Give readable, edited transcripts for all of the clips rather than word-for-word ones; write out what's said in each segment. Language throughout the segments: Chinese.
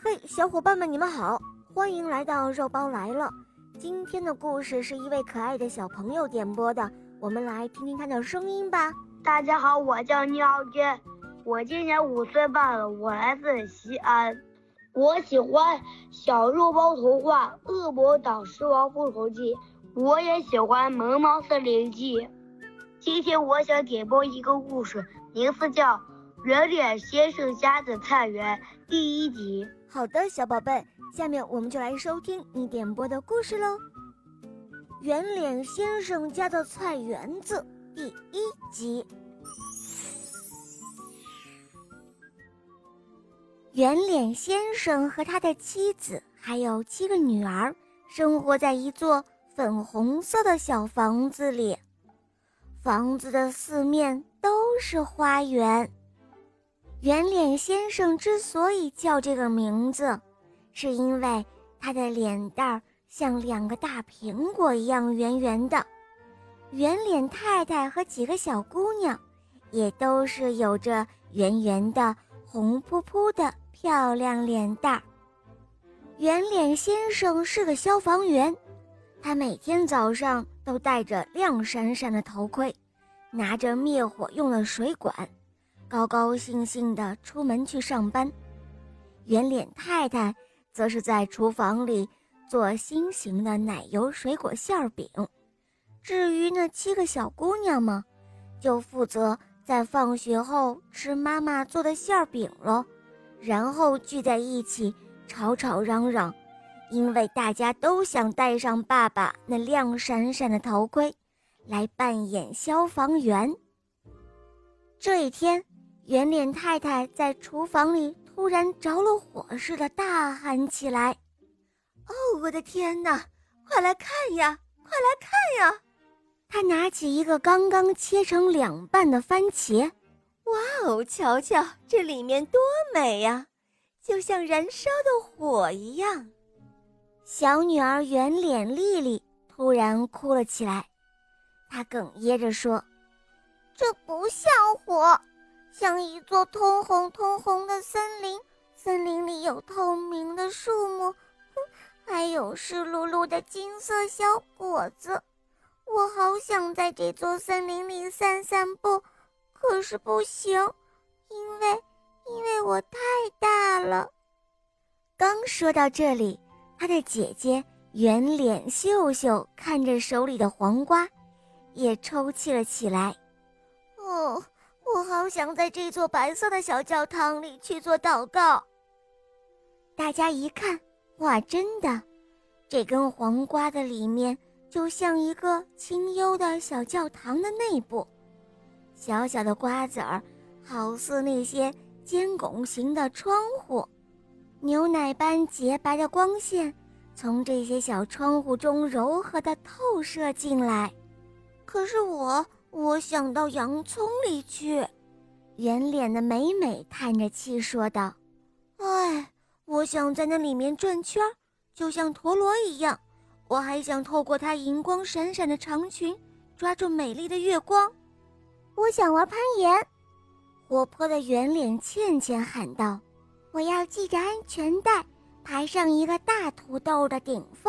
嘿，小伙伴们，你们好，欢迎来到肉包来了。今天的故事是一位可爱的小朋友点播的，我们来听听他的声音吧。 大家好，我叫聂傲娟，我今年5岁半了，我来自西安。我喜欢小肉包童话《恶魔岛狮王复仇记》，我也喜欢《萌猫森林记》。今天我想点播一个故事，名字叫《圆脸先生家的菜园》第1集。 好的，小宝贝，下面我们就来收听你点播的故事喽。圆脸先生家的菜园子第1集。圆脸先生和他的妻子还有7个女儿生活在一座粉红色的小房子里，房子的4面都是花园。圆脸先生之所以叫这个名字，是因为他的脸蛋儿像2个大苹果一样圆圆的。圆脸太太和几个小姑娘也都是有着圆圆的红扑扑的漂亮脸蛋儿。圆脸先生是个消防员，他每天早上都戴着亮闪闪的头盔，拿着灭火用的水管，高高兴兴地出门去上班。圆脸太太则是在厨房里做新型的奶油水果馅饼。至于那7个小姑娘嘛，就负责在放学后吃妈妈做的馅饼了，然后聚在一起吵吵嚷嚷，因为大家都想戴上爸爸那亮闪闪的头盔来扮演消防员。这一天，圆脸太太在厨房里突然着了火似的大喊起来：哦，我的天哪，快来看呀，快来看呀！她拿起一个刚刚切成2半的番茄，哇哦，瞧瞧，这里面多美呀，就像燃烧的火一样。小女儿圆脸丽丽突然哭了起来，她哽咽着说：这不像火，像一座通红通红的森林，森林里有透明的树木，还有湿漉漉的金色小果子。我好想在这座森林里散散步，可是不行，因为我太大了。刚说到这里，他的姐姐圆脸秀秀看着手里的黄瓜，也抽泣了起来。哦，我好想在这座白色的小教堂里去做祷告。大家一看，哇，真的，这根黄瓜的里面就像一个清幽的小教堂的内部，小小的瓜子儿好似那些尖拱形的窗户，牛奶般洁白的光线从这些小窗户中柔和地透射进来。可是我想到洋葱里去，圆脸的美美叹着气说道：哎，我想在那里面转圈，就像陀螺一样，我还想透过它银光闪闪的长裙抓住美丽的月光。我想玩攀岩，活泼的圆脸倩倩喊道：我要系着安全带，爬上一个大土豆的顶峰。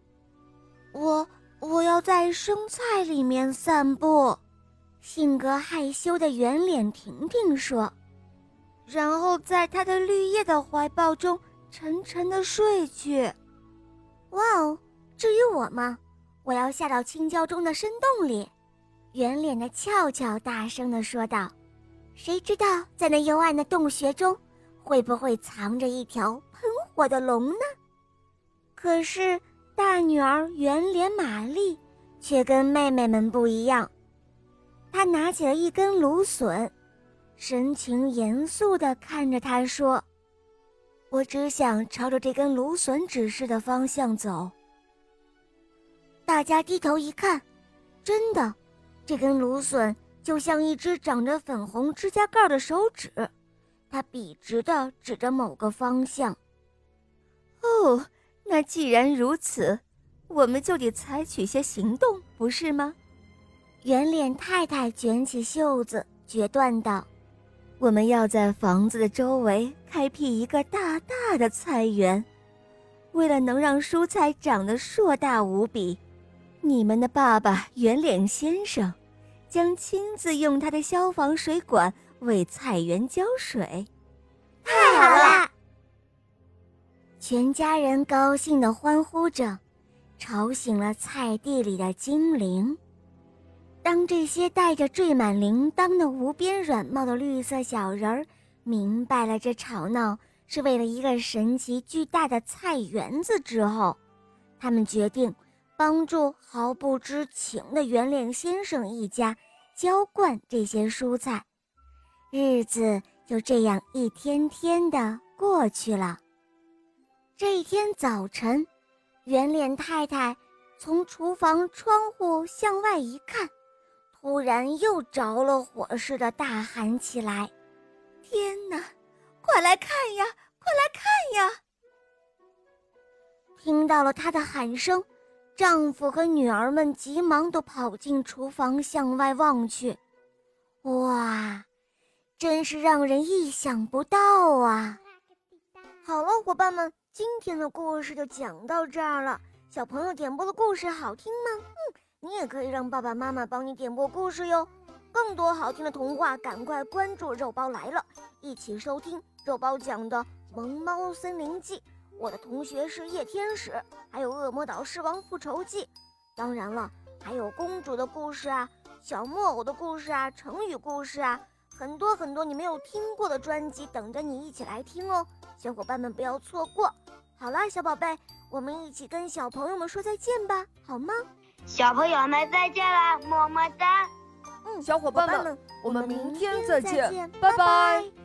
我要在生菜里面散步，性格害羞的圆脸婷婷说，然后在她的绿叶的怀抱中沉沉地睡去。哇哦，至于我嘛，我要下到青椒中的深洞里，圆脸的俏俏大声地说道，谁知道在那幽暗的洞穴中会不会藏着一条喷火的龙呢？可是大女儿圆脸玛丽却跟妹妹们不一样，她拿起了一根芦笋，神情严肃地看着她说，我只想朝着这根芦笋指示的方向走。大家低头一看，真的，这根芦笋就像一只长着粉红指甲盖的手指，它笔直地指着某个方向。哦，那既然如此，我们就得采取些行动，不是吗？圆脸太太卷起袖子，决断道： 我们要在房子的周围开辟一个大大的菜园，为了能让蔬菜长得硕大无比，你们的爸爸圆脸先生将亲自用他的消防水管为菜园浇水。 太好了！ 全家人高兴地欢呼着，吵醒了菜地里的精灵。当这些戴着缀满铃铛的无边软帽的绿色小人儿明白了这吵闹是为了一个神奇巨大的菜园子之后，他们决定帮助毫不知情的圆脸先生一家浇灌这些蔬菜。日子就这样一天天地过去了。这一天早晨，圆脸太太从厨房窗户向外一看，突然又着了火似的大喊起来：天哪，快来看呀，快来看呀！听到了她的喊声，丈夫和女儿们急忙地跑进厨房向外望去。哇，真是让人意想不到啊！好了，伙伴们，今天的故事就讲到这儿了。小朋友点播的故事好听吗？你也可以让爸爸妈妈帮你点播故事哟。更多好听的童话，赶快关注肉包来了，一起收听肉包讲的《萌猫森林记》。我的同学是夜天使，还有恶魔岛狮王复仇记。当然了，还有公主的故事啊，小木偶的故事啊，成语故事啊，很多很多你没有听过的专辑等着你一起来听哦。小伙伴们不要错过。好啦，小宝贝，我们一起跟小朋友们说再见吧，好吗？ 小朋友们再见啦，么么哒。 小伙伴们，我们明天再见，拜拜。